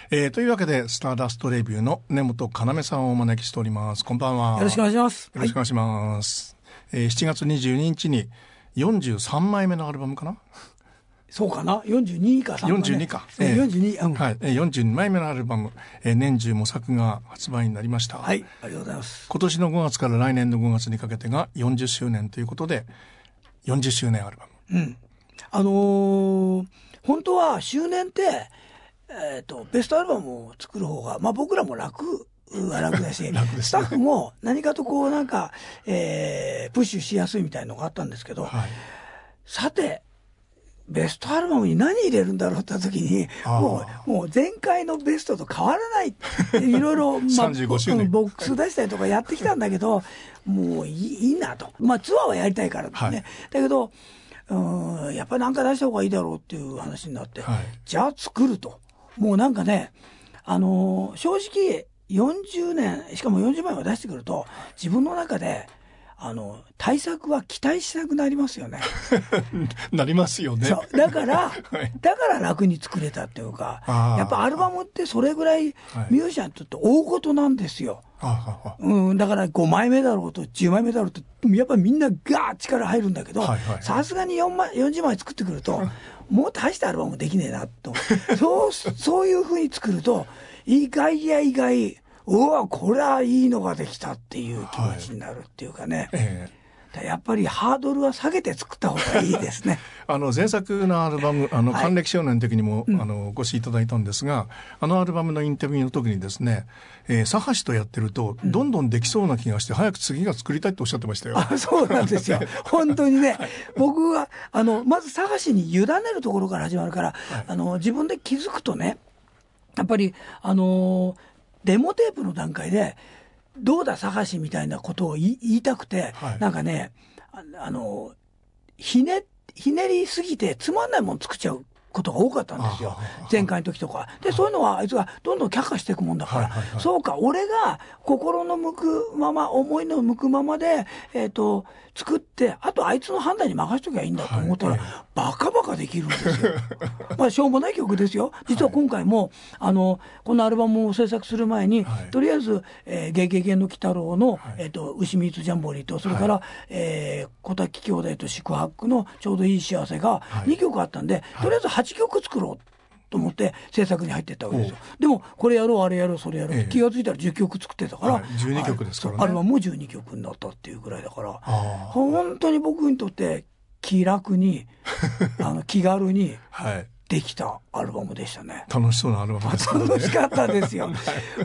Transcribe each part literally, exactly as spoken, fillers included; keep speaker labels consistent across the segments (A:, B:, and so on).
A: えー、というわけでスターダストレビューの根本要さんをお招きしております。こんばんは。
B: よろしくお願いします。
A: よろしくお願いします、はい。えー、しちがつにじゅうににちによんじゅうさんまいめのアルバムかな。
B: そうかな、よんじゅうにかさんまいめ、
A: よんじゅうにか、
B: えー、よんじゅうに、うん、
A: はい、よんじゅうにまいめのアルバム、えー、年中模索が発売になりました。
B: はい、ありがとうございます。
A: 今年のごがつから来年のごがつにかけてがよんじゅっしゅうねんということでよんじゅっしゅうねんアルバム、
B: うん、あのー、本当は周年って、えー、とベストアルバムを作る方が、まあ、僕らも楽は楽だし
A: 楽ですね、
B: スタッフも何かとこうなんか、えー、プッシュしやすいみたいなのがあったんですけど、はい、さてベストアルバムに何入れるんだろうって時にもう、もう前回のベストと変わらないいろいろ、まあ、
A: さんじゅうごしゅうねん
B: ボックス出したりとかやってきたんだけどもういい、いいなと、まあ、ツアーはやりたいからね、はい、だけどうんやっぱり何か出した方がいいだろうっていう話になって、はい、じゃあ作ると。もうなんかね、あのー、正直よんじゅうねんしかもよんじゅうまいを出してくると自分の中であの対策は期待したくなりますよね
A: なりますよね。
B: そうだから、はい、だから楽に作れたっていうか、やっぱアルバムってそれぐらいミュージシャンにとって大事なんですよ、はいうん、だからごまいめだろうとじゅうまいめだろうとやっぱりみんなガーッ力入るんだけど、さすがによんじゅうまい作ってくるともう大したアルバムできねえなとそうそういうふうに作ると意外や意外うわこれはいいのができたっていう気持ちになるっていうかね、はいえー、やっぱりハードルは下げて作った方がいいですね
A: あの前作のアルバムあの還暦少年の時にも、はい、あのご視聴いただいたんですが、あのアルバムのインタビューの時にですね、えー、サハシとやってるとどんどんできそうな気がして、うん、早く次が作りたいとおっしゃってましたよ。
B: あそうなんですよ本当にね僕はあのまずサハシに委ねるところから始まるから、はい、あの自分で気づくとねやっぱりあのーデモテープの段階でどうだ探しみたいなことを言いたくて、はい、なんかね あ, あのひねひねりすぎてつまんないもの作っちゃうことが多かったんですよ、前回の時とかで。そういうのはあいつがどんどん却下していくもんだから、はいはいはい、そうか俺が心の向くまま思いの向くままで、えーと、作ってあとあいつの判断に任せときゃいいんだと思ったら、はい、バカバカできるんですよまあしょうもない曲ですよ。実は今回も、はい、あのこのアルバムを制作する前に、はい、とりあえず「えー、ゲゲゲの鬼太郎の」はいえーと「牛三つジャンボリー」とそれから、はいえー、小滝兄弟と四苦八苦の「ちょうどいい幸せ」がにきょくあったんで、はい、とりあえずはちきょく作ろうと思って制作に入っていったわけですよ。でもこれやろうあれやろうそれやろう、ええ、気がついたらじゅっきょく作ってたから、はい、
A: じゅうにきょくですからね。
B: アルバムもじゅうにきょくになったっていうぐらいだから本当に僕にとって気楽にあの気軽にできたアルバムでしたね。
A: 楽しそうなアルバムですね。
B: 楽しかったですよ、はい、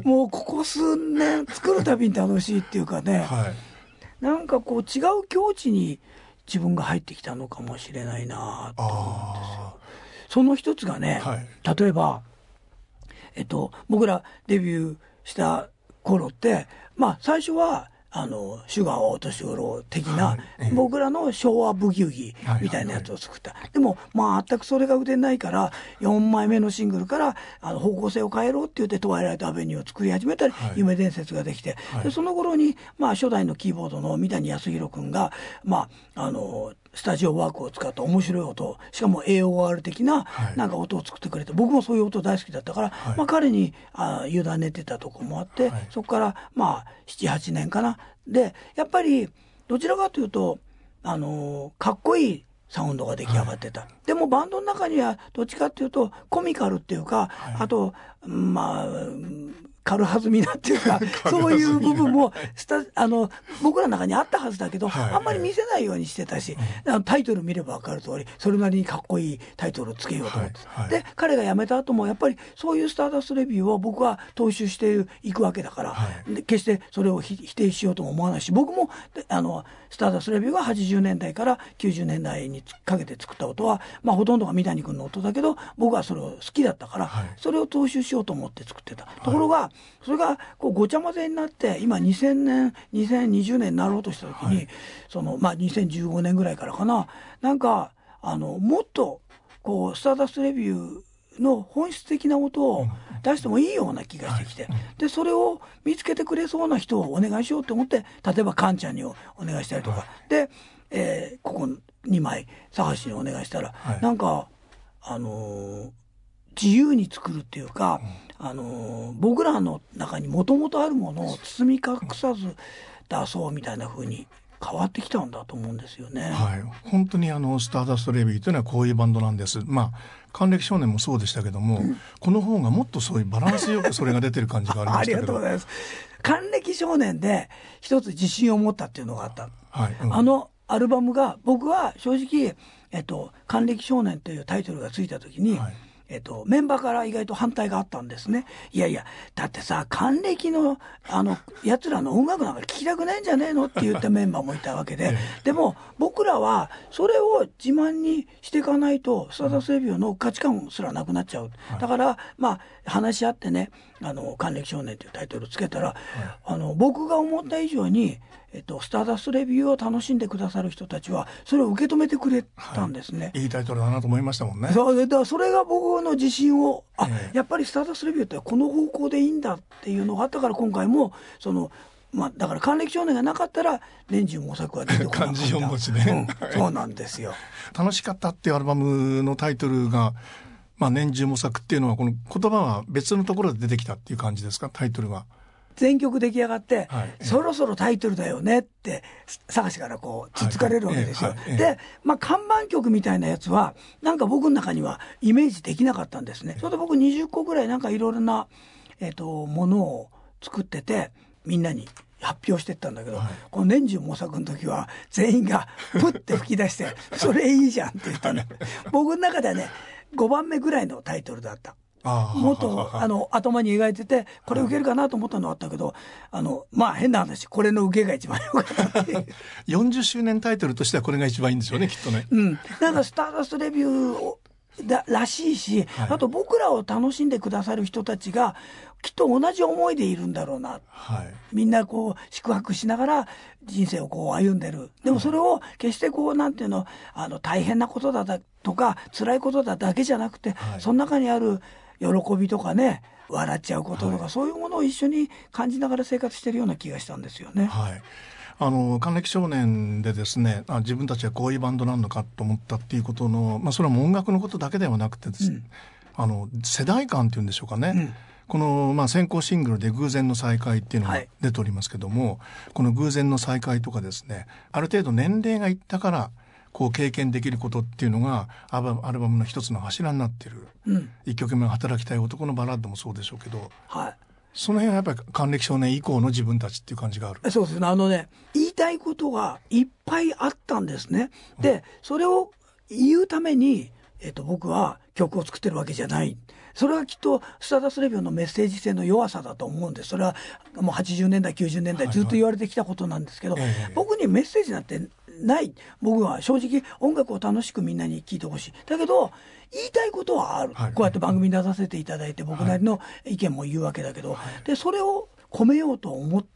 B: もうここ数年作るたびに楽しいっていうかね、はい、なんかこう違う境地に自分が入ってきたのかもしれないなと思うんですよ。その一つがね、はい、例えば、えっと、僕らデビューした頃ってまあ最初はあのシュガーはお年頃的な、はいえー、僕らの昭和ブギウギみたいなやつを作った、はいはいはい、でもまあ全くそれが腕ないからよんまいめのシングルからあの方向性を変えろって言ってトワイライトアベニューを作り始めたり、はい、夢伝説ができて、はい、でその頃に、まあ、初代のキーボードの三谷康弘君が、まあ、あのスタジオワークを使った面白い音、しかも エーオーアール 的ななんか音を作ってくれて、はい、僕もそういう音大好きだったから、はいまあ、彼にあ委ねてたとこもあって、はい、そこからまあななはちねんかな。でやっぱりどちらかというとあのかっこいいサウンドが出来上がってた、はい、でもバンドの中にはどっちかというとコミカルっていうか、はい、あとまあ軽はずみなっていうかそういう部分もスタあの僕らの中にあったはずだけど、はい、あんまり見せないようにしてたし、はい、タイトル見れば分かる通りそれなりにかっこいいタイトルをつけようと思って、はいはい、で彼が辞めた後もやっぱりそういうスターダストレビューを僕は踏襲していくわけだから、はい、で決してそれを否定しようとも思わないし、僕もあのスターダストレビューがはちじゅうねんだいからきゅうじゅうねんだいにかけて作った音は、まあ、ほとんどが三谷君の音だけど僕はそれを好きだったから、はい、それを踏襲しようと思って作ってた、はい、ところがそれがこうごちゃ混ぜになって今にせんねんにせんにじゅうねんになろうとした時に、はい、そのまあ、にせんじゅうごねんぐらいからかな、なんかあのもっとこうスターダストレビューの本質的な音を出してもいいような気がしてきて、でそれを見つけてくれそうな人をお願いしようと思って、例えばカンちゃんにお願いしたりとか、はい、で、えー、ここにまい探しにお願いしたら、はい、なんかあのー自由に作るっていうか、うん、あの僕らの中にもともとあるものを包み隠さず出そうみたいな風に変わってきたんだと思うんですよね。
A: はい、本当にあのスターダストレビューというのはこういうバンドなんです。まあ還暦少年もそうでしたけども、うん、この方がもっとそういうバランスよくそれが出てる感じがありましたけど
B: ありがとうございます。還暦少年で一つ自信を持ったっていうのがあった、
A: はいうん、
B: あのアルバムが僕は正直、えっと、還暦少年というタイトルがついた時に、はいえっと、メンバーから意外と反対があったんですね。いやいやだってさ還暦のあのやつらの音楽なんか聴きたくないんじゃねえのって言ったメンバーもいたわけででも僕らはそれを自慢にしていかないとスターダストレビューの価値観すらなくなっちゃう、はい、だからまあ話し合ってねあの還暦少年というタイトルをつけたら、はい、あの僕が思った以上にえっと、スターダストレビューを楽しんでくださる人たちはそれを受け止めてくれたんですね、
A: はい、いいタイトルだなと思いましたもんね。
B: そうだからそれが僕の自信をあ、えー、やっぱりスターダストレビューってこの方向でいいんだっていうのがあったから今回もその、まあ、だから還暦少年がなかったら年中模索は出てこなかった
A: 漢字よん文字ね、
B: うん、そうなんですよ
A: 楽しかったっていうアルバムのタイトルが、まあ、年中模索っていうのはこの言葉は別のところで出てきたっていう感じですか。タイトルは
B: 全曲出来上がって、はい、そろそろタイトルだよねって探しからこうつつかれるわけですよ、はいはいええ、で、まあ、看板曲みたいなやつはなんか僕の中にはイメージできなかったんですね。それで僕にじゅっこぐらいなんかいろいろな、えーと、ものを作っててみんなに発表してったんだけど、はい、この年中模索の時は全員がプッて吹き出してそれいいじゃんって言ったね僕の中ではねごばんめぐらいのタイトルだった。もっとあの頭に描いててこれ受けるかなと思ったのはあったけど、あのまあ変な話これの受けが一番良かったっていう
A: よんじゅっしゅうねんタイトルとしてはこれが一番いいんでしょうねきっとね、
B: うん、なんかスターダストレビューだらしいし、はい、あと僕らを楽しんでくださる人たちがきっと同じ思いでいるんだろうな、はい、みんなこう宿泊しながら人生をこう歩んでる。でもそれを決してこうなんていうのあの大変なことだとか辛いことだだけじゃなくて、はい、その中にある喜びとかね笑っちゃうこととか、はい、そういうものを一緒に感じながら生活してるような気がしたんですよね。
A: はいあの還暦少年でですねあ自分たちはこういうバンドなのかと思ったっていうことの、まあ、それはもう音楽のことだけではなくてですね、うん、あの世代間っていうんでしょうかね、うん、この、まあ、先行シングルで偶然の再会っていうのが出ておりますけども、はい、この偶然の再会とかですねある程度年齢がいったからこう経験できることっていうのがアルバムの一つの柱になっている、うん、いっきょくめの働きたい男のバラッドもそうでしょうけど、はい、その辺はやっぱり還暦少年以降の自分たちっていう感じがある。
B: そうですねあのね言いたいことがいっぱいあったんですね。で、うん、それを言うために、えっと、僕は曲を作ってるわけじゃない。それはきっとスターダストレビューのメッセージ性の弱さだと思うんです。それはもうはちじゅうねんだいきゅうじゅうねんだいずっと言われてきたことなんですけど、はいはい、僕にメッセージなんてない。僕は正直音楽を楽しくみんなに聴いてほしい。だけど言いたいことはある、はい、こうやって番組に出させていただいて僕なりの意見も言うわけだけど、はい、でそれを込めようと思って、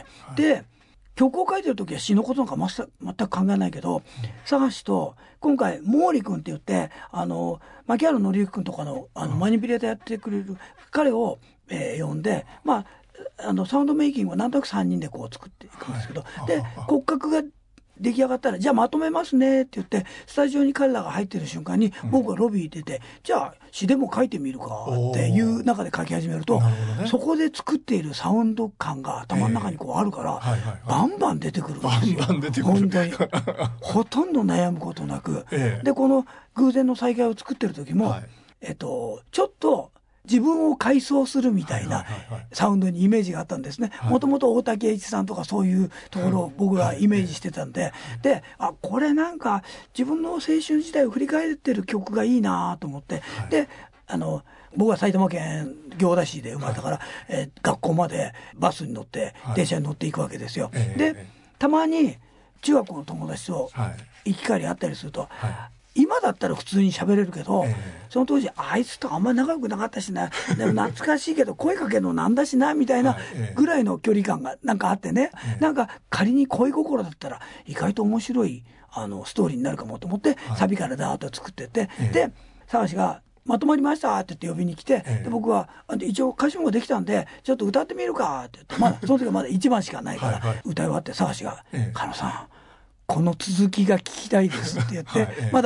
B: はい、で曲を書いてる時は詩のことなんか全く考えないけど探しと今回毛利君って言ってあの牧原紀之君とか の, あのマニピュレーターやってくれる彼を、えー、呼んで、まあ、あのサウンドメイキングはなんとなくさんにんでこう作っていくんですけど、はい、で骨格が出来上がったらじゃあまとめますねって言ってスタジオに彼らが入ってる瞬間に僕がロビー出て、うん、じゃあ詩でも書いてみるかっていう中で書き始めると、ね、そこで作っているサウンド感が頭の中にこうあるから、えーはいはいはい、バンバン出てくるんですよ。
A: バンバン出てくる
B: 本当にほとんど悩むことなく、えー、でこの偶然の再会を作ってる時も、はい、えっと、ちょっと自分を回想するみたいなサウンドにイメージがあったんですね。もともと大竹栄一さんとかそういうところを僕はイメージしてたんで、で、あ、これなんか自分の青春時代を振り返ってる曲がいいなと思って、で、あの、僕は埼玉県行田市で生まれたから、はい、えー、学校までバスに乗って電車に乗っていくわけですよ。はい、で、たまに中学校の友達と行き帰りあったりすると、はい、今だったら普通に喋れるけど、えー、その当時あいつとあんまり仲良くなかったしなでも懐かしいけど声かけるのなんだしなみたいなぐらいの距離感がなんかあってね、えー、なんか仮に恋心だったら意外と面白いあのストーリーになるかもと思って、はい、サビからダーッと作ってて、えー、で沢志がまとまりましたって言って呼びに来て、えー、で僕は一応歌詞もできたんでちょっと歌ってみるかって言って、まだその時はまだいちばんしかないからはい、はい、歌い終わって沢志が「狩野さんこの続きが聞きたいです」って言って、はい、まだ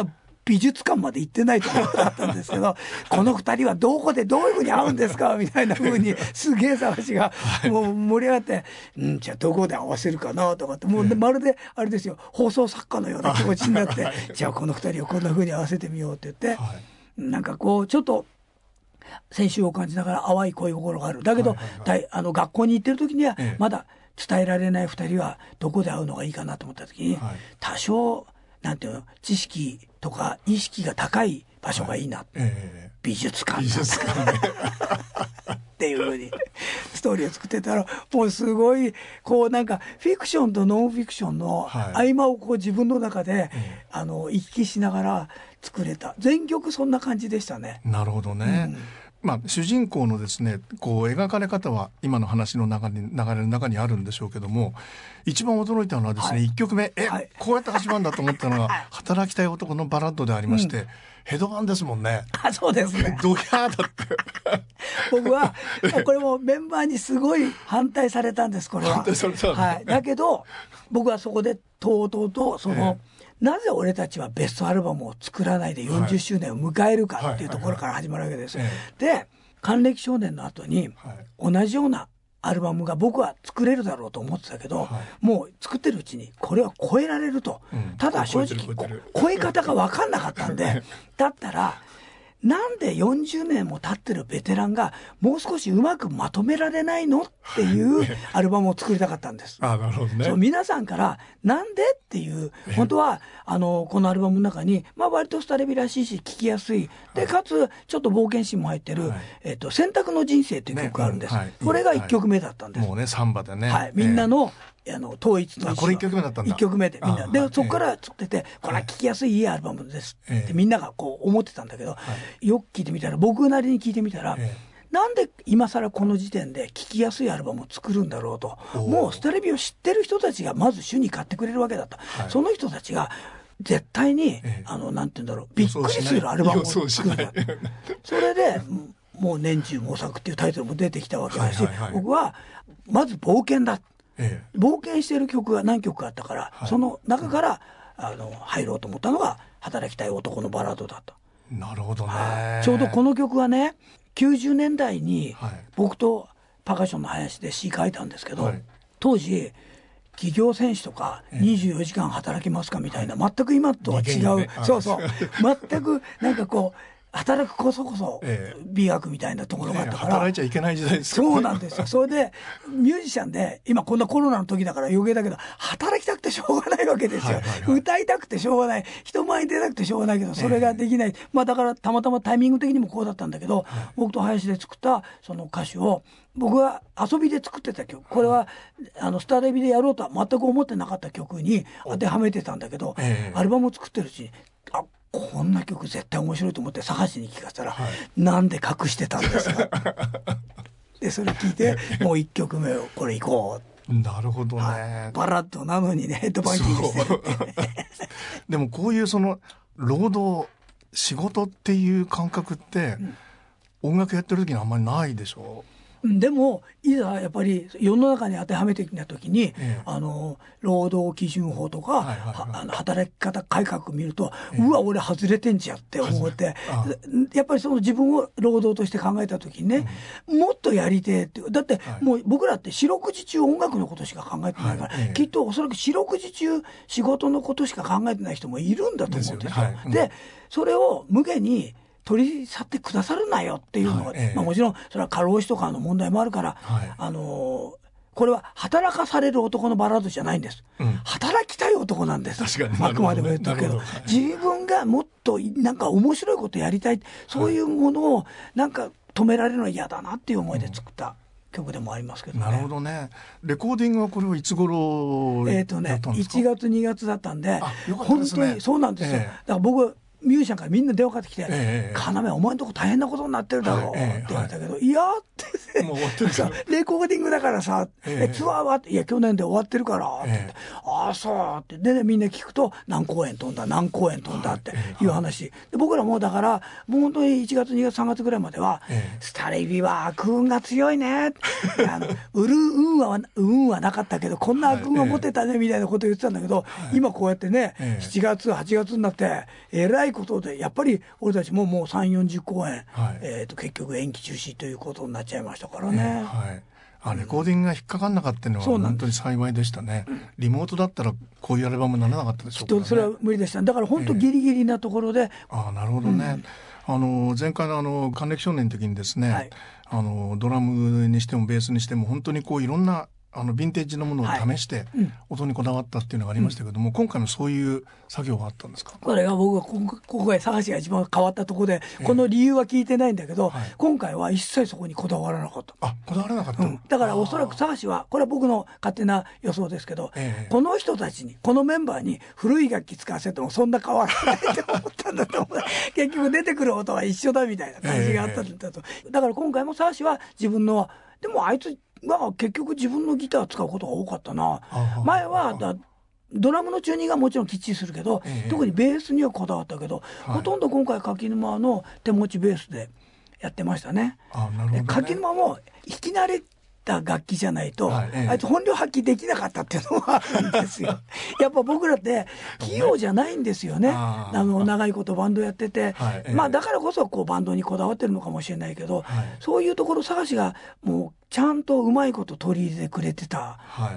B: 美術館まで行ってないところだったんですけどこの二人はどこでどういうふうに会うんですかみたいなふうにすげえ探しがもう盛り上がって、うん、じゃあどこで合わせるかなとかってもうまるであれですよ放送作家のような気持ちになってじゃあこの二人をこんなふうに合わせてみようって言って、はい、なんかこうちょっと青春を感じながら淡い恋心があるだけど、はいはいはい、あの学校に行ってる時にはまだ伝えられない二人はどこで会うのがいいかなと思った時に、はい、多少なんていうの知識とか意識が高い場所がいいな、はいえー、美術館美術館、ね、っていうふうにストーリーを作ってたらもうすごいこうなんかフィクションとノンフィクションの合間をこう自分の中で、はい、あの行き来しながら作れた全曲そんな感じでしたね。
A: なるほどね、うんまあ、主人公のですねこう描かれ方は今の話の流れ流れの中にあるんでしょうけども一番驚いたのはですね、はい、いっきょくめえ、はい、こうやって始まるんだと思ったのが働きたい男のバラッドでありまして、うん、ヘドバンですもんね。
B: あそうですね
A: ドヤーだって
B: 僕はこれもメンバーにすごい反対されたんですこれは
A: 反対された、
B: はい、だけど僕はそこでとうとうとその、えーなぜ俺たちはベストアルバムを作らないでよんじゅっしゅうねんを迎えるかっていうところから始まるわけです。で、還暦少年の後に同じようなアルバムが僕は作れるだろうと思ってたけど、はい、もう作ってるうちにこれは超えられると、うん、ただ正直超え方が分かんなかったんでだったらなんでよんじゅうねんも経ってるベテランがもう少しうまくまとめられないのっていうアルバムを作りたかったんです。
A: あ、なるほどね。
B: そう皆さんからなんでっていう本当はあのこのアルバムの中に、まあ、割とスタレビらしいし聴きやすいでかつちょっと冒険心も入ってる、はいえーと、選択の人生という曲があるんです、ねはい、これがいっきょくめだったんです、
A: はい、もうねサンバでね、
B: はい、みんなの、えー、あの統一の
A: これいっきょくめだったんだ。
B: いっきょくめでみんなで、はい、そこから作ってて、これは聴きやすいいいアルバムですって、えー、みんながこう思ってたんだけど、はい、よく聴いてみたら僕なりに聴いてみたら、えーなんで今更この時点で聴きやすいアルバムを作るんだろうともうスタレビを知ってる人たちがまず主に買ってくれるわけだと、はい、その人たちが絶対に、ええ、あのなんて言うんだろうびっくりするアルバムを作るんだそれでもう年中模索っていうタイトルも出てきたわけだし、はいはいはい、僕はまず冒険だ、ええ、冒険してる曲が何曲かあったから、はい、その中からあの入ろうと思ったのが働きたい男のバラードだった。
A: なるほどね。
B: ちょうどこの曲はねきゅうじゅうねんだいに僕とパーカッションの林で詩書いたんですけど、はい、当時企業選手とかにじゅうよじかん働けますかみたいな全く今とは違う、ね、そうそう全くなんかこう働くこそこそ美学みたいなところがあったから、ええ、
A: 働いちゃいけない時代ですから、
B: ね、そうなんですよ。それでミュージシャンで今こんなコロナの時だから余計だけど働きたくてしょうがないわけですよ、はいはいはい、歌いたくてしょうがない人前に出たくてしょうがないけどそれができない、ええまあ、だからたまたまタイミング的にもこうだったんだけど、はい、僕と林で作ったその歌詞を僕は遊びで作ってた曲これはあのスターレビでやろうとは全く思ってなかった曲に当てはめてたんだけど、ええ、アルバムを作ってるうちにあこんな曲絶対面白いと思って探しに聞かせたら、はい、なんで隠してたんですかでそれ聞いてもういっきょくめをこれいこ
A: うなるほどね、はい、
B: バラッドなのにねヘッドバンキングしてる
A: でもこういうその労働仕事っていう感覚って、うん、音楽やってる時にあんまりないでしょ。
B: でもいざやっぱり世の中に当てはめてきた時に、ええ、あの労働基準法とか、はいはいはい、あの働き方改革を見ると、え、うわ俺外れてんじゃって思ってやっぱりその自分を労働として考えた時にね、うん、もっとやりてえってだって、はい、もう僕らって四六時中音楽のことしか考えてないから、はい、きっとおそらく四六時中仕事のことしか考えてない人もいるんだと思うんですよ。ですよね、はいうん、でそれを無限に取り去ってくださるなよっていうのが、はいええまあ、もちろんそれは過労死とかの問題もあるから、はい、あのー、これは働かされる男のバラードじゃないんです、うん、働きたい男なんです。
A: 確かにあ
B: くまでも言ったけど、ど、はい、自分がもっとなんか面白いことやりたいそういうものをなんか止められるのは嫌だなっていう思いで作った、うん曲でもありますけどね。
A: なるほどね。レコーディングはこれはいつ頃やったんですか？
B: えーとね、いちがつにがつだったんで、
A: あ、よかったですね、
B: 本当にそうなんですよ、えー、だから僕ミュージシャンからみんな電話かかってきて、えー、要お前のとこ大変なことになってるだろうって言われたけど、はい、いやってもう終わってるからレコーディングだからさ、えー、えツアーはっていや去年で終わってるからって言って、えー、ああそうってで、ね、みんな聞くと何公演飛んだ何公演飛んだっていう話、はい、で僕らもだからもう本当にいちがつにがつさんがつぐらいまでは、えー、スタレビは悪運が強いねあの売る運は運はなかったけどこんな悪運が持ってたねみたいなことを言ってたんだけど、はい、今こうやってね、えー、しちがつはちがつになってえらいいことでやっぱり俺たちももうさんじゅうよんじゅっこうえん、
A: はい、
B: えー、と結局延期中止ということになっちゃいましたからね、
A: えーはいあレコーディングが引っかかんなかったのは本当に幸いでしたね。リモートだったらこういうアルバムにならなかったでしょうからね。
B: きっとそれは無理でした。だから本当ギリギリなところで、
A: えー、あなるほどね、うん、あの前回のあの還暦少年の時にですね、はい、あのドラムにしてもベースにしても本当にこういろんなあのヴィンテージのものを試して音にこだわったっていうのがありましたけども、はいうん、今回もそういう作業があったんですか？
B: これが僕はこここが探しが一番変わったところで、この理由は聞いてないんだけど、はい、今回は一切そこにこだわらなかった。
A: あこだわらなかった、うん、
B: だからおそらく探しはこれは僕の勝手な予想ですけど、ええ、この人たちにこのメンバーに古い楽器使わせてもそんな変わらないと思ったんだと思う結局出てくる音は一緒だみたいな感じがあったんだと、え、だから今回も探しは自分のでもあいつまあ、結局自分のギター使うことが多かったな。前はだドラムのチューニングはもちろんきっちりするけど、ええ、特にベースにはこだわったけど、はい、ほとんど今回柿沼の手持ちベースでやってましたね。
A: あ、なるほどね。
B: 柿沼も弾き慣れた楽器じゃないと、はいええ、あいつ本領発揮できなかったっていうのがあるんですよやっぱ僕らって器用じゃないんですよね。ああの長いことバンドやってて、はいええ、まあだからこそこうバンドにこだわってるのかもしれないけど、はい、そういうところ探しがもうちゃんとうまいこと取り入れてくれてた、はい、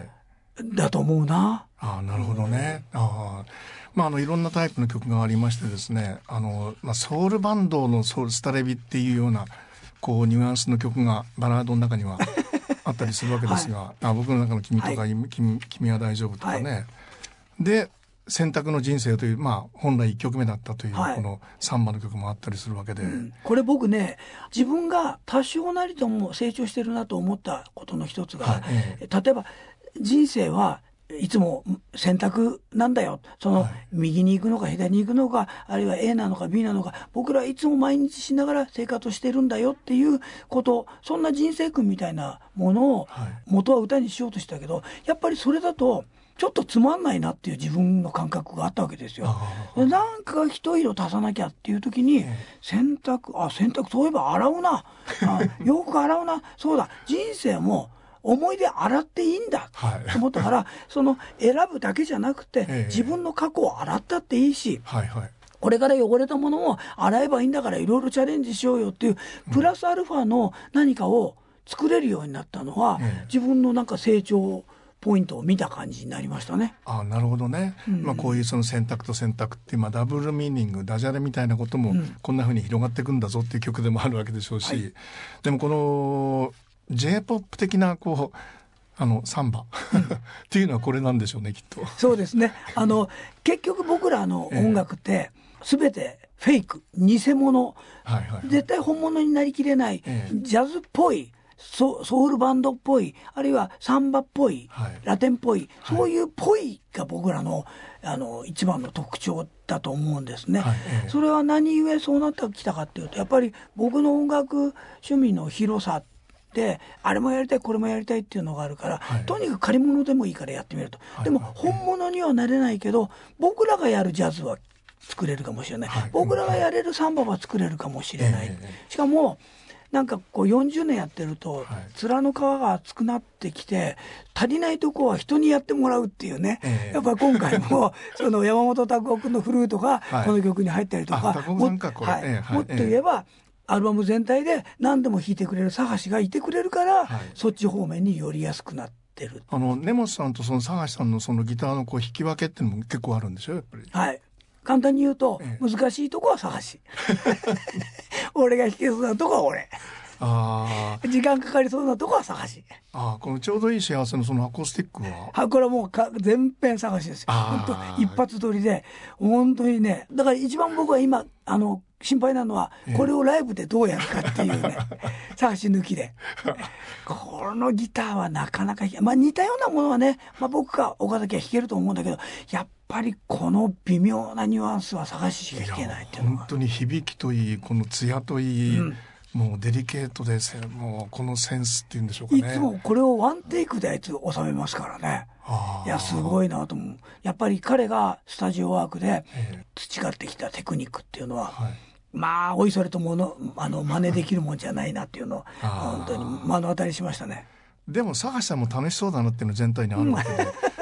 B: だと思うな。
A: あなるほどね。あまあ、あのいろんなタイプの曲がありましてですね、あの、まあ、ソウルバンドのソウルスタレビっていうようなこうニュアンスの曲がバラードの中にはあったりするわけですが、はい、あ僕の中の君とか、はい、君, 君は大丈夫とかね、はい、で選択の人生という、まあ、本来いっきょくめだったという、はい、このサンバの曲もあったりするわけで、うん、
B: これ僕ね自分が多少なりとも成長してるなと思ったことの一つが、はいええ、例えば人生はいつも選択なんだよ。その右に行くのか左に行くのか、あるいは A なのか B なのか、僕らはいつも毎日しながら生活をしてるんだよっていうこと、そんな人生訓みたいなものを元は歌にしようとしたけど、やっぱりそれだとちょっとつまんないなっていう自分の感覚があったわけですよ。なんか一色足さなきゃっていう時に洗濯、あ洗濯そういえば洗うな、あ洋服洗うな、そうだ人生も思い出洗っていいんだと思ったから、はい、その選ぶだけじゃなくて、ええ、自分の過去を洗ったっていいし、はいはい、これから汚れたものも洗えばいいんだからいろいろチャレンジしようよっていうプラスアルファの何かを作れるようになったのは、ええ、自分のなんか成長ポイントを見た感じになりましたね。
A: あなるほどね、うんまあ、こういうその選択と選択っていう、まあ、ダブルミーニングダジャレみたいなこともこんな風に広がっていくんだぞっていう曲でもあるわけでしょうし、はい、でもこのJ-ポップ 的なこうあのサンバっていうのはこれなんでしょうねきっと。
B: そうですね。あの結局僕らの音楽って全てフェイク、偽物、はいはいはい、絶対本物になりきれない、ええ、ジャズっぽいソ, ソウルバンドっぽい、あるいはサンバっぽい、はい、ラテンっぽい、そういうぽいが僕らの、あの一番の特徴だと思うんですね、はいええ、それは何故そうなってきたかっていうと、やっぱり僕の音楽趣味の広さであれもやりたいこれもやりたいっていうのがあるから、はい、とにかく借り物でもいいからやってみると、はい、でも本物にはなれないけど僕らがやるジャズは作れるかもしれない、はい、僕らがやれるサンバは作れるかもしれない、えー、しかもなんかこうよんじゅうねんやってると、はい、面の皮が厚くなってきて足りないとこは人にやってもらうっていうね、えー、やっぱ今回もその山本拓夫君のフルートがこの曲に入ったりとか、はい、も, はいえー、もっと言えば、えーアルバム全体で何でも弾いてくれる探しがいてくれるから、はい、そっち方面に寄りやすくなってる。
A: あの根本さんとその探しさんのそのギターのこう弾き分けっていうのも結構あるんでしょやっぱり。
B: はい簡単に言うと、ええ、難しいとこは探し俺が弾けそうなとこは俺あ時間かかりそうなとこは探し。
A: あこのちょうどいい幸せのそのアコースティックは
B: はこれはもうか全編探しですよ。本当一発撮りで本当にね。だから一番僕は今あの心配なのはこれをライブでどうやるかっていうね探し抜きでこのギターはなかなか、まあ、似たようなものはね、まあ、僕か岡崎は弾けると思うんだけどやっぱりこの微妙なニュアンスは探ししか弾けないっていうのが
A: 本当に響きといいこの艶といい、うんもうデリケートですよ。もうこのセンスっていうんでしょうかね。
B: いつもこれをワンテイクであいつ収めますからね。いやすごいなと思う。やっぱり彼がスタジオワークで培ってきたテクニックっていうのは、はい、まあおいそれとものあの真似できるもんじゃないなっていうのを本当に目の当たりしましたね。
A: でも探しさんも楽しそうだなっていうの全体にあるわけで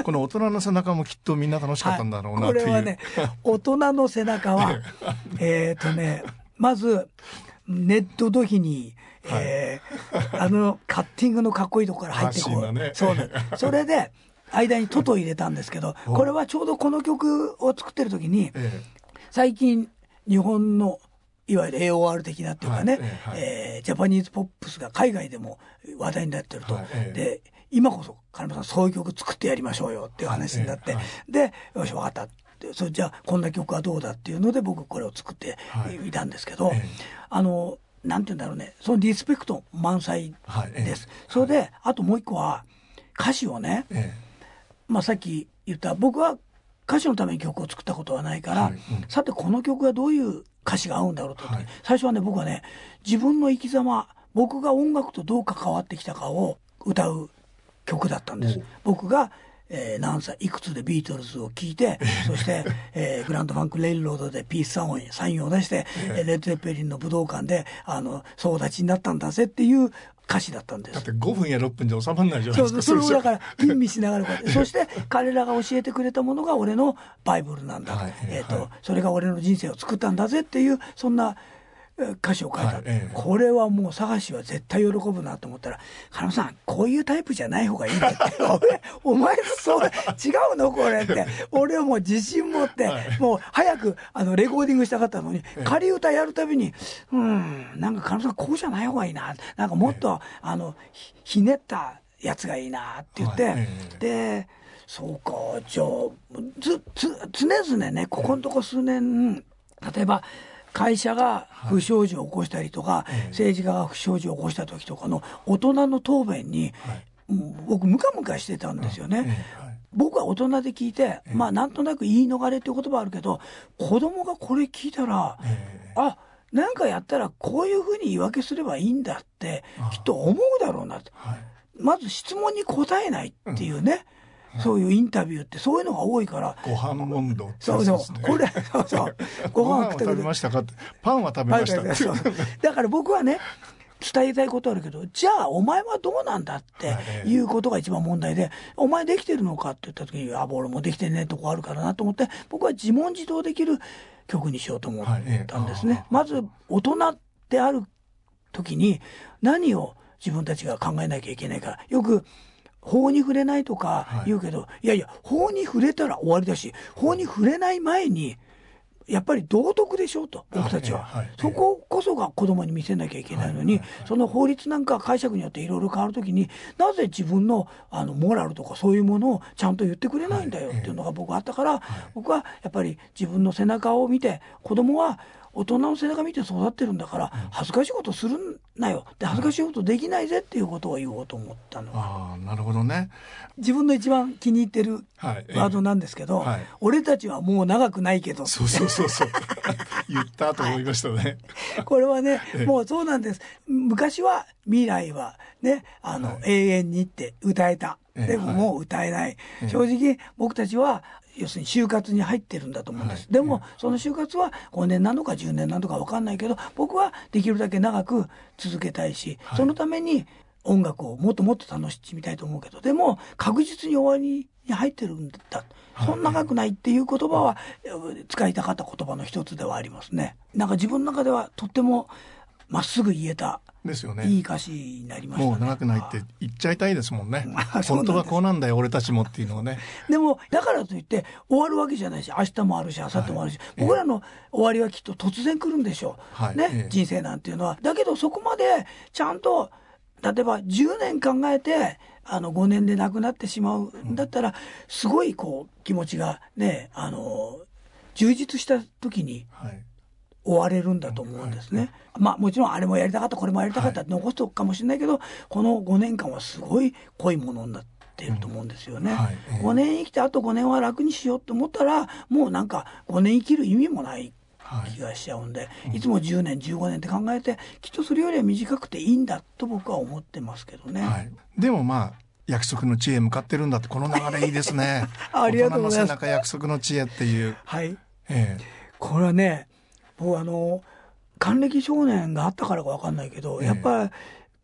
A: この大人の背中もきっとみんな楽しかったんだろうなという、
B: はい、これはね大人の背中はえっとねまずネット土器に、えーはい、あのカッティングのかっこいいところから入ってこう、ね、そうね、それで間にトト入れたんですけどこれはちょうどこの曲を作ってる時に、ええ、最近日本のいわゆる エーオーアール 的なっていうかね、はいえー、ジャパニーズポップスが海外でも話題になってると、はいええ、で今こそ金村さんそういう曲作ってやりましょうよっていう話になって、はいええ、でよし分かったってそれじゃあこんな曲はどうだっていうので僕これを作っていたんですけど、はいええ、あのなんて言うんだろうねそのリスペクト満載です、はいええ、それで、はい、あともう一個は歌詞をね、ええまあ、さっき言った僕は歌詞のために曲を作ったことはないから、はいうん、さてこの曲はどういう歌詞が合うんだろうと、はい、最初はね僕はね自分の生き様僕が音楽とどう関わってきたかを歌う曲だったんです。僕が、えー、何歳いくつでビートルズを聴いてそして、えー、グランドファンクレイルロードでピースサインを出して、えー、レッド・ゼッペリンの武道館であの総立ちになったんだぜっていう歌詞だったんです。
A: だってごふんやろっぷんじゃ収まらないじゃないですか。
B: そうそれをだから吟味しながらそして彼らが教えてくれたものが俺のバイブルなんだ、はいえーとはい、それが俺の人生を作ったんだぜっていうそんな歌詞を書いた、はいええ、これはもう探しは絶対喜ぶなと思ったら金さんこういうタイプじゃない方がいいんだって俺お前そう違うのこれって俺はもう自信持って、はい、もう早くあのレコーディングしたかったのに、ええ、仮歌やるたびにうんなんか金さんこうじゃない方がいいななんかもっと、え、あの ひ, ひねったやつがいいなって言って、はい、でそうかじゃあつつ常々ねここのとこ数年例えば会社が不祥事を起こしたりとか、はい、政治家が不祥事を起こした時とかの大人の答弁に、はい、僕ムカムカしてたんですよね、はい、僕は大人で聞いて、まあなんとなく言い逃れっていう言葉あるけど子供がこれ聞いたら、あなんかやったらこういうふうに言い訳すればいいんだってきっと思うだろうなと、はい、まず質問に答えないっていうね、うん、そういうインタビューってそういうのが多いから
A: ご飯問答、ね、
B: そうそうこれそうそう
A: ご飯を食べましたかってパンは食べました
B: そうだから僕はね伝えたいことあるけどじゃあお前はどうなんだっていうことが一番問題で、はい、お前できてるのかって言った時にあ俺もできてねえとこあるからなと思って僕は自問自答できる曲にしようと思ったんですね、はい、まず大人である時に何を自分たちが考えなきゃいけないからよく法に触れないとか言うけど、はい、いやいや法に触れたら終わりだし法に触れない前にやっぱり道徳でしょうと僕たちは、はいはい、そここそが子供に見せなきゃいけないのに、はいはいはい、その法律なんか解釈によっていろいろ変わるときになぜ自分のあのモラルとかそういうものをちゃんと言ってくれないんだよっていうのが僕あったから、はい、僕はやっぱり自分の背中を見て子供は大人の背中見て育ってるんだから恥ずかしいことするなよで恥ずかしいことできないぜっていうことを言おうと思ったのは、
A: あなるほどね
B: 自分の一番気に入ってるワードなんですけど、はい、俺たちはもう長くないけど
A: そうそうそうそう言ったと思いましたね、はい、
B: これはねもうそうなんです昔は未来はねあの、はい、永遠にって歌えたでももう歌えない、はい、正直僕たちは要するに就活に入ってるんだと思うんです、はい、でもその就活はごねんなのかじゅうねんなのか分かんないけど僕はできるだけ長く続けたいし、はい、そのために音楽をもっともっと楽しみたいと思うけどでも確実に終わりに入ってるんだ、はい、そんな長くないっていう言葉は使いたかった言葉の一つではありますね。なんか自分の中ではとってもまっすぐ言えたですよね、いい歌詞になりましたね。
A: もう長くないって言っちゃいたいですもんね本当はこうなんだよ俺たちもっていうのをね
B: でもだからといって終わるわけじゃないし明日もあるし明後日もあるし、はい、僕らの終わりはきっと突然来るんでしょう、はい、ね、ええ、人生なんていうのはだけどそこまでちゃんと例えばじゅうねん考えてあのごねんで亡くなってしまうんだったら、うん、すごいこう気持ちがねあの充実した時に、はい、終われるんだと思うんですね、はい、まあもちろんあれもやりたかったこれもやりたかったって残しておくかもしれないけど、はい、このごねんかんはすごい濃いものになっていると思うんですよね、うんはいえー、ごねん生きてあとごねんは楽にしようと思ったらもうなんかごねん生きる意味もない気がしちゃうんで、はい、いつもじゅうねんじゅうごねんって考えてきっとそれよりは短くていいんだと僕は思ってますけどね、はい、
A: でもまあ約束の地へ向かってるんだってこの流れいいですね
B: ありがとうございます。
A: 大人の背中約束の地へっていう、
B: はいえー、これはね僕あの還暦少年があったからか分かんないけど、えー、やっぱり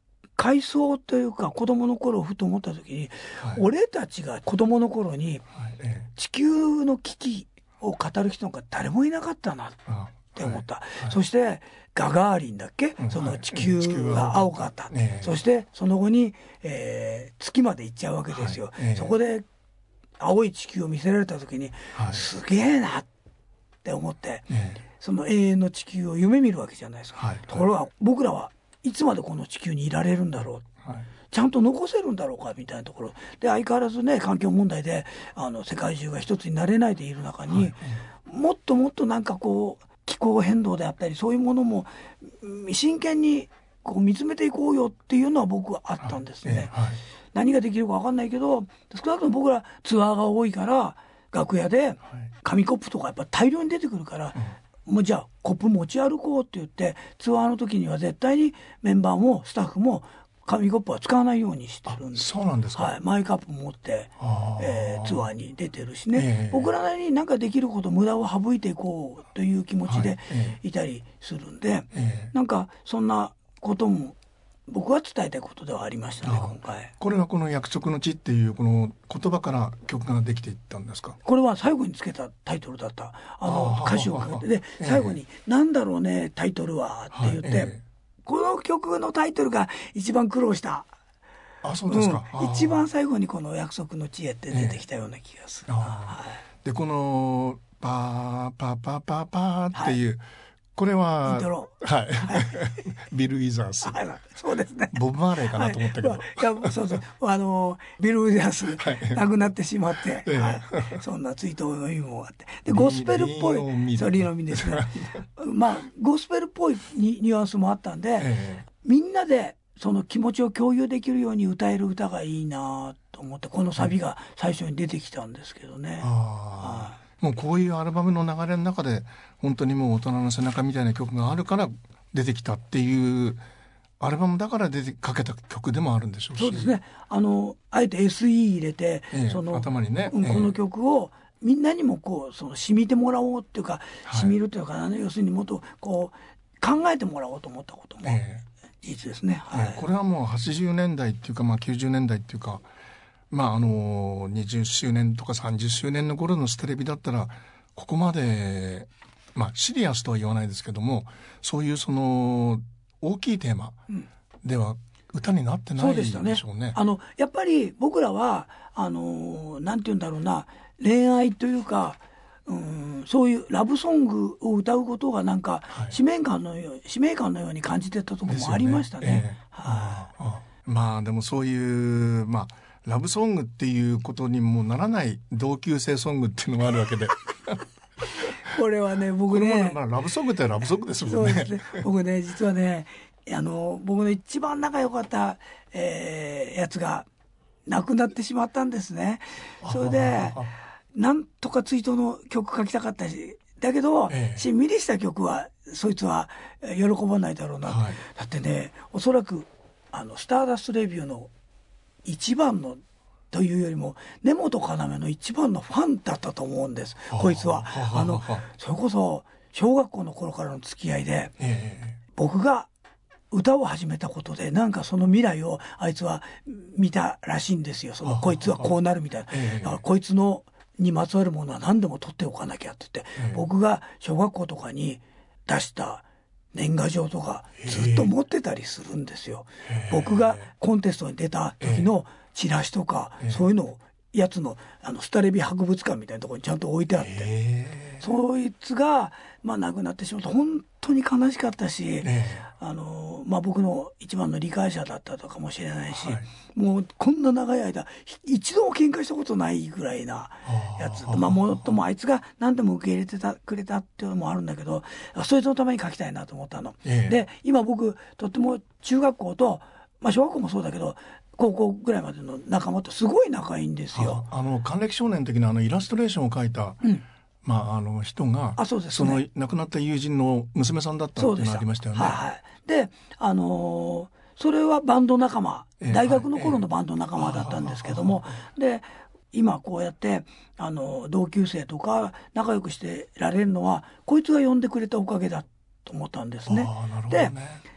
B: 回想というか子供の頃をふと思った時に、はい、俺たちが子供の頃に地球の危機を語る人なんか誰もいなかったなって思った、はいはい、そしてガガーリンだっけ、うん、その地球が青かった、はい、そしてその後に、えー、月まで行っちゃうわけですよ、はい、そこで青い地球を見せられた時に、はい、すげえなって思って、その永遠の地球を夢見るわけじゃないですか、はい、ところが僕らはいつまでこの地球にいられるんだろう、はい、ちゃんと残せるんだろうかみたいなところで、相変わらずね環境問題であの世界中が一つになれないでいる中に、はい、もっともっとなんかこう気候変動であったりそういうものも真剣にこう見つめていこうよっていうのは僕はあったんですね、はいはい、何ができるか分かんないけど少なくとも僕らツアーが多いから楽屋で紙コップとかやっぱ大量に出てくるから、うん、もうじゃあコップ持ち歩こうって言ってツアーの時には絶対にメンバーもスタッフも紙コップは使わないようにしてるんです。
A: そうなんですか、
B: はい、マイカップ持って、えー、ツアーに出てるしね、えー、僕らなりに何かできること無駄を省いていこうという気持ちでいたりするんで、はいえー、なんかそんなことも僕は伝えたいことではありましたね今回。
A: これはこの約束の地っていうこの言葉から曲ができていったんですか。
B: これは最後につけたタイトルだった。あの歌詞を書いてで最後に、えー、なんだろうねタイトルはって言って、はいえーこの曲のタイトルが一番苦労した。
A: あ、そうですか、
B: うん、一番最後にこの約束の知恵って出てきたような気がする、えーはい、
A: でこのパーパーパーパーパーっていう、はい、これは
B: イントロ、
A: はい、ビル・ウィザース、
B: はい、そうですね、
A: ボブ・マーレーかなと思ったけど、
B: はい、いやそうそうあのビル・ウィザース、はい、亡くなってしまって、はいはい、そんな追悼の意味もあってでゴスペルっぽいそうリノミですねまあゴスペルっぽいニュアンスもあったんで、えー、みんなでその気持ちを共有できるように歌える歌がいいなと思ってこのサビが最初に出てきたんですけどね、
A: あもうこういうアルバムの流れの中で本当にもう大人の背中みたいな曲があるから出てきたっていうアルバムだから出てかけた曲でもあるんでしょうし。
B: そうですね、あのあえて エスイー 入れて、
A: ええ、その頭にね、
B: うん、この曲をみんなにもこうその染みてもらおうっていうか、はい、染みるっていうか、ね、要するにもっとこう考えてもらおうと思ったことも事実ですね、
A: ええはい、これはもうはちじゅうねんだいっていうか、まあ、きゅうじゅうねんだいっていうかまああのにじゅっしゅうねんとかさんじゅっしゅうねんの頃のステレビだったらここまで、まあ、シリアスとは言わないですけどもそういうその大きいテーマでは歌になってないでしょうね。そうでしたね。
B: あのやっぱり僕らはあのなんて言うんだろうな恋愛というかうんそういうラブソングを歌うことがなんか使命感のよう、はい、使命感のように感じてたところもありましたね。ねえーは
A: ああまあでもそういうまあラブソングっていうことにもならない同級生ソングっていうのがあるわけで
B: これはね僕ね
A: まあ、ラブソングってラブソングですもんね。
B: そうですね僕ね実はねあの僕の一番仲良かった、えー、やつが亡くなってしまったんですね。それでなんとか追悼の曲書きたかったしだけど、ええ、しんみりした曲はそいつは喜ばないだろうな、はい、だってねおそらくあのスターダストレビューの一番のというよりも根本要の一番のファンだったと思うんですこいつは。あのそれこそ小学校の頃からの付き合いで、ええ、僕が歌を始めたことでなんかその未来をあいつは見たらしいんですよ。そのこいつはこうなるみたいな、ええ、だからこいつのにまつわるものは何でも取っておかなきゃって言って、ええ、僕が小学校とかに出した年賀状とかずっと持ってたりするんですよ。僕がコンテストに出た時のチラシとかそういうのをやつのあのスタレビ博物館みたいなところにちゃんと置いてあってそいつがまあ亡くなってしまうと本当に悲しかったしあの、まあ、僕の一番の理解者だったとかもしれないし、はい、もうこんな長い間一度も喧嘩したことないぐらいなやつまあもっともあいつが何でも受け入れてたくれたっていうのもあるんだけどそいつのために書きたいなと思ったの、ええ、で今僕とっても中学校と、まあ、小学校もそうだけど高校ぐらいまでの仲間とすごい仲いいんですよ。
A: あの還暦少年の時のあのイラストレーションを描いた、うんまあ、あの人が
B: あそうです、ね、
A: その亡くなった友人の娘さんだったっていうのがありましたよね。
B: はいはい、で、あのー、それはバンド仲間、えー、大学の頃のバンド仲間だったんですけども、えー、で今こうやってあの同級生とか仲良くしてられるのはこいつが呼んでくれたおかげだと思ったんですね。
A: あ、なるほどね。
B: で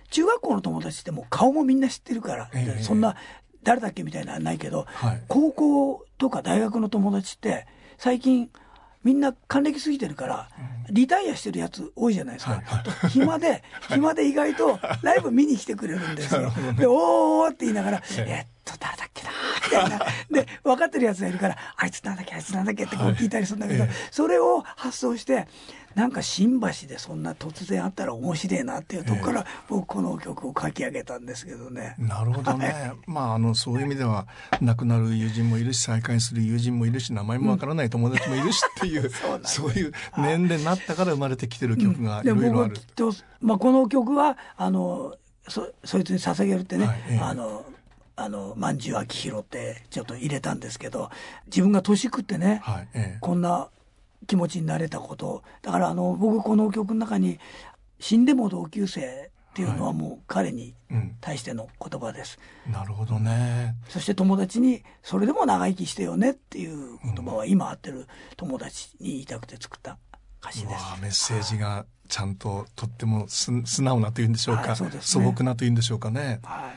B: 中学校の友達ってもう顔もみんな知ってるから、えー、そんな誰だっけみたいなのはないけど、はい、高校とか大学の友達って最近みんな還暦過ぎてるからリタイアしてるやつ多いじゃないですか、はいはい、暇で暇で意外とライブ見に来てくれるんですよ、ね、でおーって言いながら、はい、えっと誰だっけなみたいなで分かってるやつがいるからあいつなんだっけあいつなんだっけってこう聞いたりするんだけど、はい、それを発想してなんか新橋でそんな突然あったら面白いなっていうところから、僕この曲を書き上げたんですけどね。
A: なるほどね、はい、まああのそういう意味では亡くなる友人もいるし再会する友人もいるし名前もわからない友達もいるしっていう、うん、そうそういう年齢になったから生まれてきてる曲がいろいろある、
B: うん、まあ、この曲はあの そ, そいつに捧げるってね、はい、ええ、あのあの万寿明宏ってちょっと入れたんですけど、自分が年食ってね、はい、ええ、こんな気持ちになれたことだから、あの僕この曲の中に死んでも同級生っていうのはもう彼に対しての言葉です、
A: はい、うん、なるほどね。
B: そして友達にそれでも長生きしてよねっていう言葉は今会ってる友達に言いたくて作った歌詞です。
A: うわ、メッセージがちゃんととってもす素直なというんでしょうか、はい、そうですね、素朴なというんでしょうかね、はい、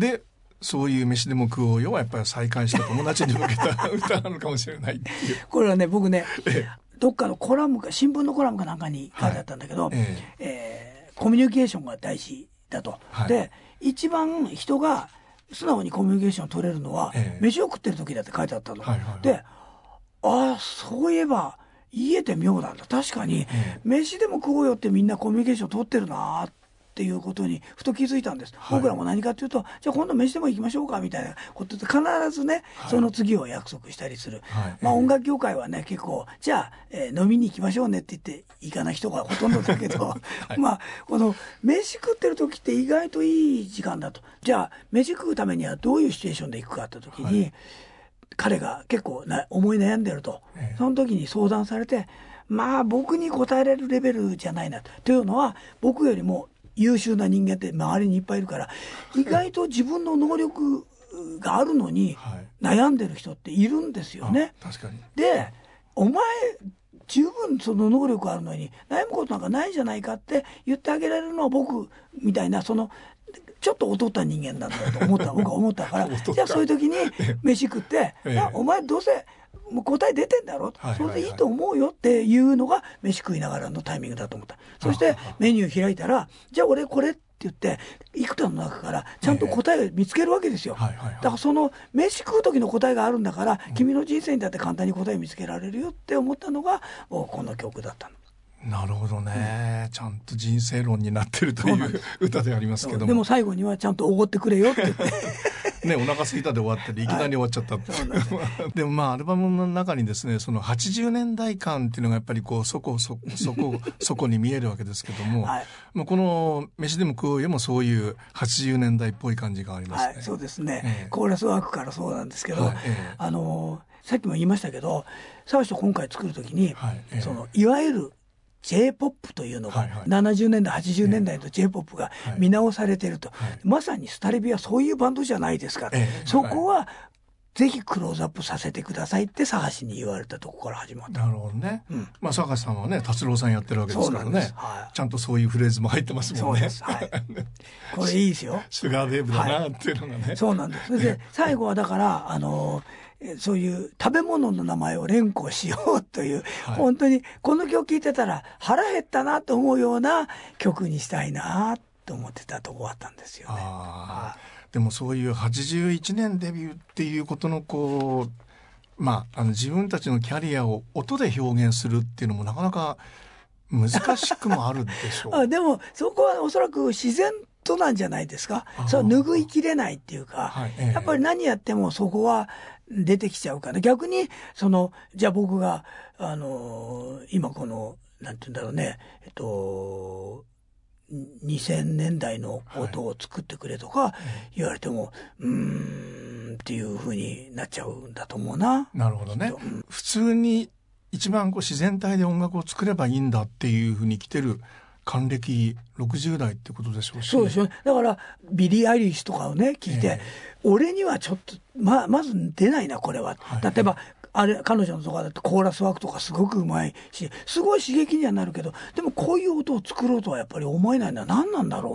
A: でそういう飯でも食おうよはやっぱり再会した友達に向けた歌なのかもしれないっていう
B: これはね僕ねどっかのコラムか新聞のコラムかなんかに書いてあったんだけど、はい、えーえー、コミュニケーションが大事だと、はい、で一番人が素直にコミュニケーションを取れるのは、えー、飯を食ってる時だって書いてあったの、はいはいはい、でああそういえば言えて妙なんだ、確かに、えー、飯でも食おうよってみんなコミュニケーション取ってるなってっていうことにふと気づいたんです、はい、僕らも何かというとじゃあ今度飯でも行きましょうかみたいなことで必ずね、はい、その次を約束したりする、はい、まあ、音楽業界はね結構じゃあ、えー、飲みに行きましょうねって言って行かない人がほとんどだけど、はい、まあこの飯食ってる時って意外といい時間だと、じゃあ飯食うためにはどういうシチュエーションで行くかって時に、はい、彼が結構な思い悩んでると、えー、その時に相談されて、まあ僕に答えられるレベルじゃないなと、というのは僕よりも優秀な人間って周りにいっぱいいるから意外と自分の能力があるのに悩んでる人っているんですよね。
A: 確かに。
B: でお前十分その能力あるのに悩むことなんかないじゃないかって言ってあげられるのは僕みたいなそのちょっと劣った人間なんだと思った僕は思ったからじゃあそういう時に飯食って「ええ、お前どうせもう答え出てんだろ、はいはいはい、それでいいと思うよっていうのが飯食いながらのタイミングだと思った。そしてメニュー開いたらじゃあ俺これって言って幾多の中からちゃんと答えを見つけるわけですよ、えーはいはいはい、だからその飯食う時の答えがあるんだから、うん、君の人生にだって簡単に答え見つけられるよって思ったのがこの曲だったの。
A: なるほどね、うん、ちゃんと人生論になってるという歌でありますけども、
B: でも最後にはちゃんとおごってくれよって言って
A: ね、お腹すいたで終わったりいきなり終わっちゃったって、はい、でもまあアルバムの中にですねそのはちじゅうねんだい感っていうのがやっぱりこうそこそこそこそこに見えるわけですけども、はい、まあ、この飯でも食おうよもそういうはちじゅうねんだいっぽい感じがありますね、
B: はい、そうですね、えー、コーラスワークからそうなんですけど、はい、えー、あのさっきも言いましたけど沢氏と今回作るときに、はい、えー、そのいわゆるJ-ポップ というのがななじゅうねんだいはちじゅうねんだいの J-ポップ が見直されていると、はいはい、まさにスタレビはそういうバンドじゃないですから、ええ、そこはぜひクローズアップさせてくださいって探しに言われたところから始まった。
A: なるほどね、うん、まあ探しさんはね達郎さんやってるわけですからね、はい、ちゃんとそういうフレーズも入ってますもんね。そうです、はい、
B: これいいですよ
A: シュガーデーブだなっていうのがね、
B: はい、そうなんです。それで最後はだからあのそういう食べ物の名前を連呼しようという、はい、本当にこの曲聴いてたら腹減ったなと思うような曲にしたいなと思ってたところあったんですよね。あ、
A: でもそういうはちじゅういちねんデビューっていうことのこう、まあ、あの自分たちのキャリアを音で表現するっていうのもなかなか難しくもあるでしょう。
B: あ、でもそこはおそらく自然となんじゃないですか。そう拭いきれないっていうか、はい、えー、やっぱり何やってもそこは出てきちゃうから、逆にそのじゃあ僕があの今このなんて言うんだろうね、えっとにせんねんだいの音を作ってくれとか言われても、はい、うーんっていう風になっちゃうんだと思うな。
A: なるほどね、うん、普通に一番こう自然体で音楽を作ればいいんだっていう風に来てる還暦ろくじゅうだいってことでしょうし、
B: そうですよ。だからビリー・アイリッシュとかをね聞いて、えー、俺にはちょっと ま, まず出ないなこれは、はい、例えばあれ彼女のとかだとコーラスワークとかすごくうまいしすごい刺激にはなるけど、でもこういう音を作ろうとはやっぱり思えないのは何なんだろうなっ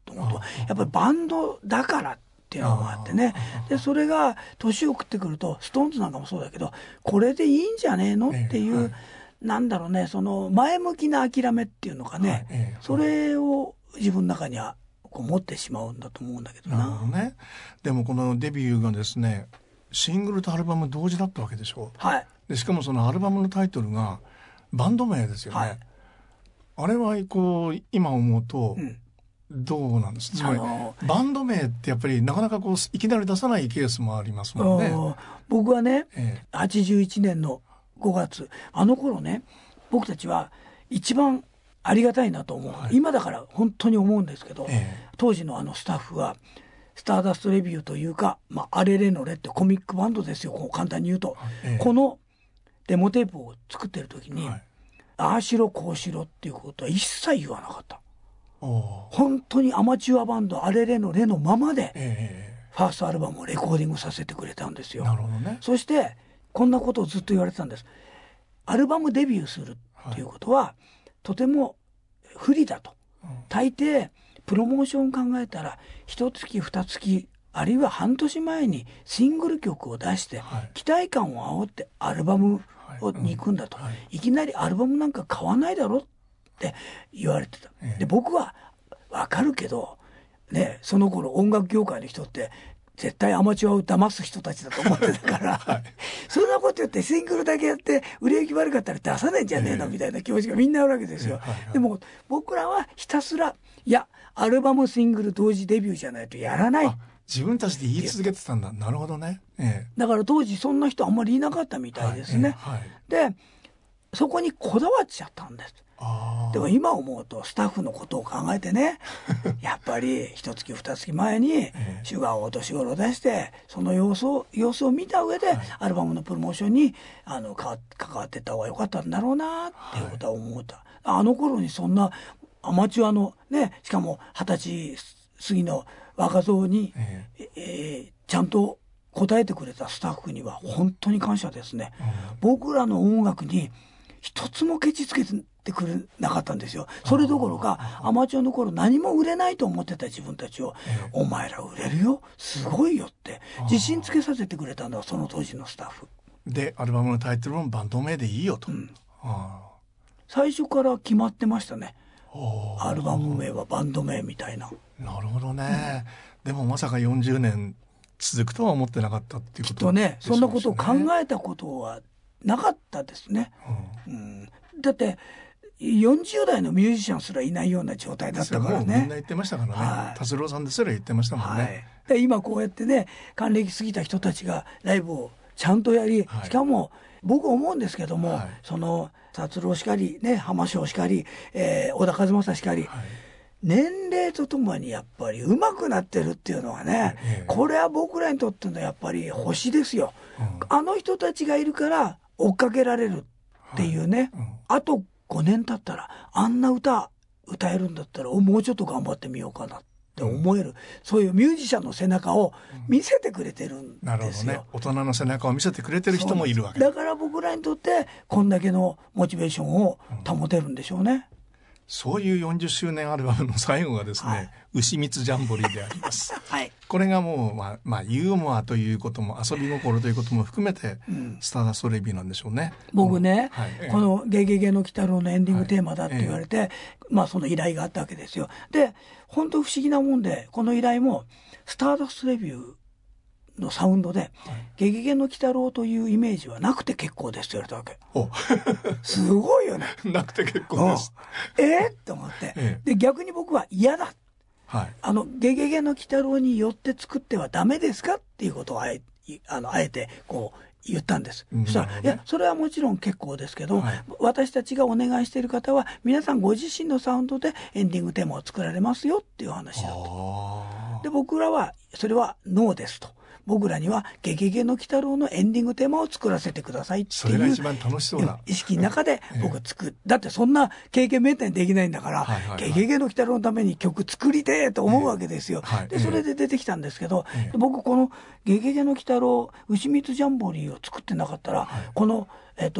B: と思うと、やっぱりバンドだからっていうのもあってね。でそれが年を食ってくると、ストーンズなんかもそうだけど、これでいいんじゃねえのっていう、はい、なんだろうね、その前向きな諦めっていうのかね、はいええ、それを自分の中にはこう持ってしまうんだと思うんだけどな。
A: なるほどね。でもこのデビューがですね、シングルとアルバム同時だったわけでしょう。
B: はい。
A: でしかもそのアルバムのタイトルがバンド名ですよね。はい、あれはこう今思うとどうなんですか、うん、つまりバンド名ってやっぱりなかなかこういきなり出さないケースもありますもんね。
B: 僕はね、ええ、はちじゅういちねんのごがつ、あの頃ね、僕たちは一番ありがたいなと思う、はい、今だから本当に思うんですけど、ええ、当時のあのスタッフはスターダストレビューというか、まあ、アレレノレってコミックバンドですよ、こう簡単に言うと、ええ、このデモテープを作ってる時に、はい、ああしろこうしろっていうことは一切言わなかった。本当にアマチュアバンドアレレノレのままで、ええ、ファーストアルバムをレコーディングさせてくれたんですよ。
A: なるほどね。
B: そしてこんなことをずっと言われてたんです。アルバムデビューするっていうことは、はい、とても不利だと、うん、大抵プロモーションを考えたら一月二月あるいは半年前にシングル曲を出して、はい、期待感を煽ってアルバムをに行くんだと、はいうんはい、いきなりアルバムなんか買わないだろって言われてた。ええ、で僕は分かるけど、ね、その頃音楽業界の人って絶対アマチュアを騙す人たちだと思ってたから、はい、そんなこと言ってシングルだけやって売れ行き悪かったら出さないんじゃねえの、えー、みたいな気持ちがみんなあるわけですよ。えーはいはい、でも僕らはひたすらいやアルバムシングル同時デビューじゃないとやらない。
A: 自分たちで言い続けてたんだ。なるほどね、え
B: ー、だから当時そんな人あんまりいなかったみたいですね。はいえーはい、でそこにこだわっちゃったんです。でも今思うとスタッフのことを考えてねやっぱり一月二月前にシュガーを年頃出してその様子を様子を見た上でアルバムのプロモーションにあの関わっていった方が良かったんだろうなっていうことは思った、はい、あの頃にそんなアマチュアのねしかも二十歳過ぎの若造に、えええー、ちゃんと応えてくれたスタッフには本当に感謝ですね、うん、僕らの音楽に一つもケチつけてくれなかったんですよ。それどころかアマチュアの頃何も売れないと思ってた自分たちを、ええ、お前ら売れるよすごいよって自信つけさせてくれたんだその当時のスタッフ
A: で。アルバムのタイトルもバンド名でいいよと、うん、
B: 最初から決まってましたね。アルバム名はバンド名みたいな。
A: なるほどね、うん、でもまさかよんじゅうねん続くとは思ってなかったっていうことですね。きっとね
B: そんなことを考えたことはなかったですね、うんうん、だってよんじゅう代のミュージシャンすらいないような状態だったからね。
A: もうみんな言ってましたからね、はい、達郎さんですら言ってましたもんね、はい、
B: で今こうやってね還暦過ぎた人たちがライブをちゃんとやり、はい、しかも僕思うんですけども、はい、その達郎しかり、ね、浜翔しかり、えー、小田和正しかり、はい、年齢とともにやっぱり上手くなってるっていうのはね、ええ、これは僕らにとってのやっぱり星ですよ、うん、あの人たちがいるから追っかけられるっていうね、はいうん、あとごねん経ったらあんな歌歌えるんだったらもうちょっと頑張ってみようかなって思える、うん、そういうミュージシャンの背中を見せてくれてるんですよ、うん、なるほどね。
A: 大人の背中を見せてくれてる人もいるわけ
B: だから僕らにとってこんだけのモチベーションを保てるんでしょうね、うん、
A: そういうよんじゅっしゅうねんアルバムの最後がですね、はい、牛蜜ジャンボリーであります、はい、これがもう、まあまあ、ユーモアということも遊び心ということも含めて、うん、スターダストレビューなんでしょうね。
B: 僕ね、はい、このゲゲゲの鬼太郎のエンディングテーマだって言われて、はいええ、まあその依頼があったわけですよ。で本当不思議なもんでこの依頼もスターダストレビューのサウンドで、はい、ゲゲゲの鬼太郎というイメージはなくて結構ですと言われたわけ。おすごいよね
A: なくて結構です
B: えー、と思って、ええ、で逆に僕は嫌だ、はい、あのゲゲゲの鬼太郎によって作ってはダメですかっていうことをあえあのあえてこう言ったんです、うん、そしたら、ね、いやそれはもちろん結構ですけど、はい、私たちがお願いしている方は皆さんご自身のサウンドでエンディングテーマを作られますよっていう話だったで僕らはそれはノーですと。僕らにはゲゲゲの鬼太郎のエンディングテーマを作らせてくださいっていうそれが一番楽しそうな意識の中で僕作る、えー、だってそんな経験めったにできないんだから、はいはいはい、ゲゲゲの鬼太郎のために曲作りてえと思うわけですよ、えーはい、でそれで出てきたんですけど、えー、僕このゲゲゲの鬼太郎牛蜜ジャンボリーを作ってなかったら、はい、この、えーと、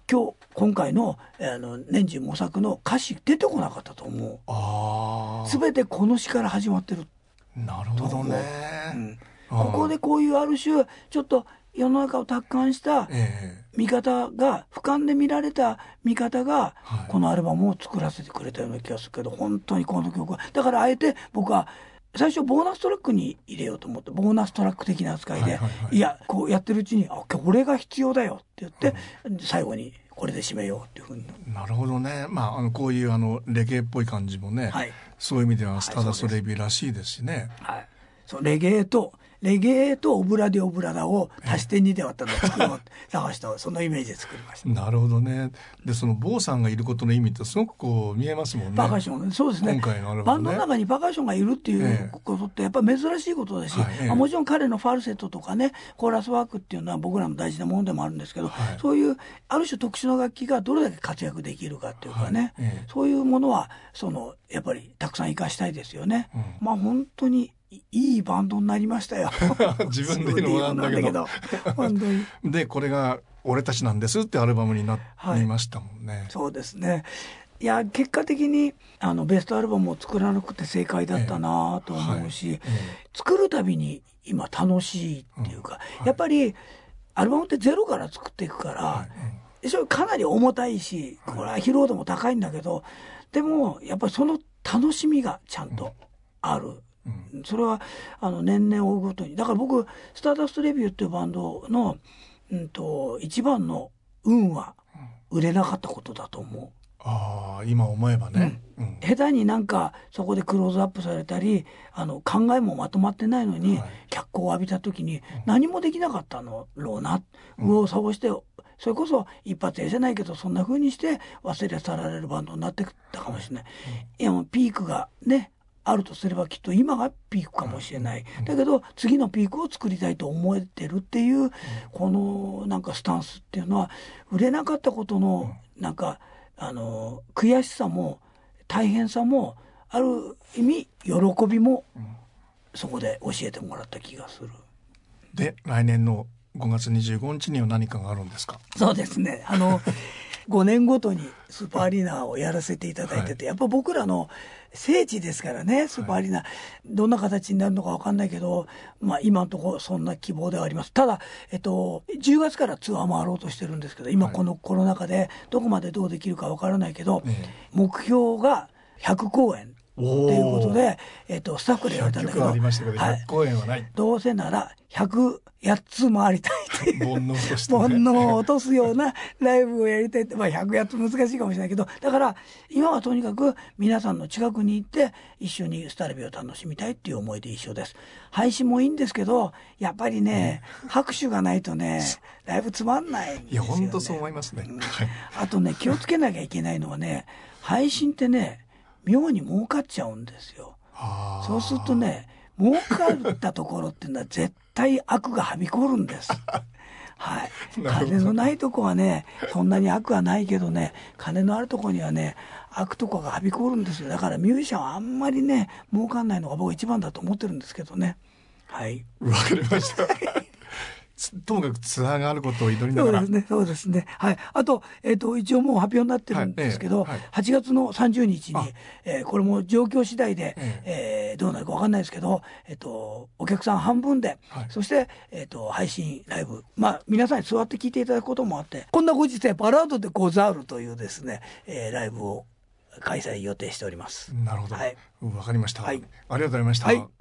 B: 今日今回のあの年中模索の歌詞出てこなかったと思う。ああ。全てこの詩から始まってる。
A: なるほどね。うん、
B: ここでこういうある種ちょっと世の中を達観した見方が、俯瞰で見られた見方がこのアルバムを作らせてくれたような気がするけど、本当にこの曲はだからあえて僕は最初ボーナストラックに入れようと思って、ボーナストラック的な扱いで、はいはいはい、いやこうやってるうちにあこれが必要だよって言って、うん、最後にこれで締めようっていうふうに。
A: なるほどね。まあ、あのこういうあのレゲエっぽい感じもね、はい、そういう意味ではスターダストレイビーらしいですしね。
B: はい、そうレゲエとレゲエとオブラディオブラダを足してにで割ったのを作ろうって探したそのイメージで作りました。
A: なるほどね。でその坊さんがいることの意味ってすごくこう見えますもんね。
B: パーカッション、そうですね。
A: 今回のアルバムね、
B: バンドの中にパーカッションがいるっていうことってやっぱり珍しいことだし、はい、もちろん彼のファルセットとかねコーラスワークっていうのは僕らの大事なものでもあるんですけど、はい、そういうある種特殊な楽器がどれだけ活躍できるかっていうかね、はい、そういうものはそのやっぱりたくさん生かしたいですよね。うん、まあ本当にいいバンドになりましたよ。
A: 自分で言うのもなんだけど本当にでこれが俺たちなんですってアルバムになりましたもんね。
B: はい、そうですね。いや結果的にあのベストアルバムを作らなくて正解だったなと思うし、えーはいえー、作るたびに今楽しいっていうか、うんはい、やっぱりアルバムってゼロから作っていくから、はいうん、それかなり重たいしこれは疲労度も高いんだけど、でもやっぱりその楽しみがちゃんとある、うんうん、それはあの年々追うごとに。だから僕スターダストレビューっていうバンドの、うんと、一番の運は売れなかったことだと思う。
A: ああ今思えばね、
B: うんうん、下手になんかそこでクローズアップされたりあの考えもまとまってないのに、はい、脚光を浴びた時に何もできなかったのろうな、うん、右往左往してそれこそ一発やせないけどそんな風にして忘れ去られるバンドになってたかもしれない。いやもうピークがねあるとすればきっと今がピークかもしれない、うん、だけど次のピークを作りたいと思えてるっていう、うん、このなんかスタンスっていうのは売れなかったことのなんかあの悔しさも大変さもある意味喜びもそこで教えてもらった気がする。
A: で来年のごがつにじゅうごにちには何かがあるんですか？
B: そうですねあのごねんごとにスーパーアリーナをやらせていただいてて、はい、やっぱ僕らの聖地ですからねスーパーアリーナ、はい、どんな形になるのか分かんないけど、まあ、今のところそんな希望ではあります。ただ、えっと、じゅうがつからツアー回ろうとしてるんですけど今このコロナ禍でどこまでどうできるか分からないけど、はい、目標がひゃくこうえんということで、えっと、スタッフで言われたんだけど、
A: ひゃくありましたけど、はい、ひゃくこうえんはない。
B: どうせならひゃくやっつ回りたいという
A: 煩悩として、ね、
B: 煩悩を落とすようなライブをやりたいって、まあ、ひゃくやっつ難しいかもしれないけど、だから今はとにかく皆さんの近くに行って一緒にスタルビを楽しみたいっていう思いで一緒です。配信もいいんですけどやっぱりね、うん、拍手がないとねライブつまんないんですよね。
A: いや本当そう思いますね、うん、
B: あとね気をつけなきゃいけないのはね配信ってね妙に儲かっちゃうんですよ。そうするとね儲かったところっていうのは絶対悪がはびこるんです。はい、金のないとこはねそんなに悪はないけどね金のあるとこにはね悪とかがはびこるんですよ。だからミュージシャンはあんまりね儲かんないのが僕一番だと思ってるんですけどね。はい、
A: わかりましたともかくツアーがあることを祈りながら。
B: そうですね、そうですね。はい。あと、えっと、一応もう発表になってるんですけど、はいええはい、はちがつのさんじゅうにちに、えー、これも状況次第で、えええー、どうなるか分かんないですけど、えっと、お客さん半分で、はい、そして、えっと、配信ライブ、まあ、皆さんに座って聞いていただくこともあって、こんなご時世、バラードでござるというですね、えー、ライブを開催予定しております。
A: なるほど。はい。わかりました。
B: はい。
A: ありがとうございました。
B: はい。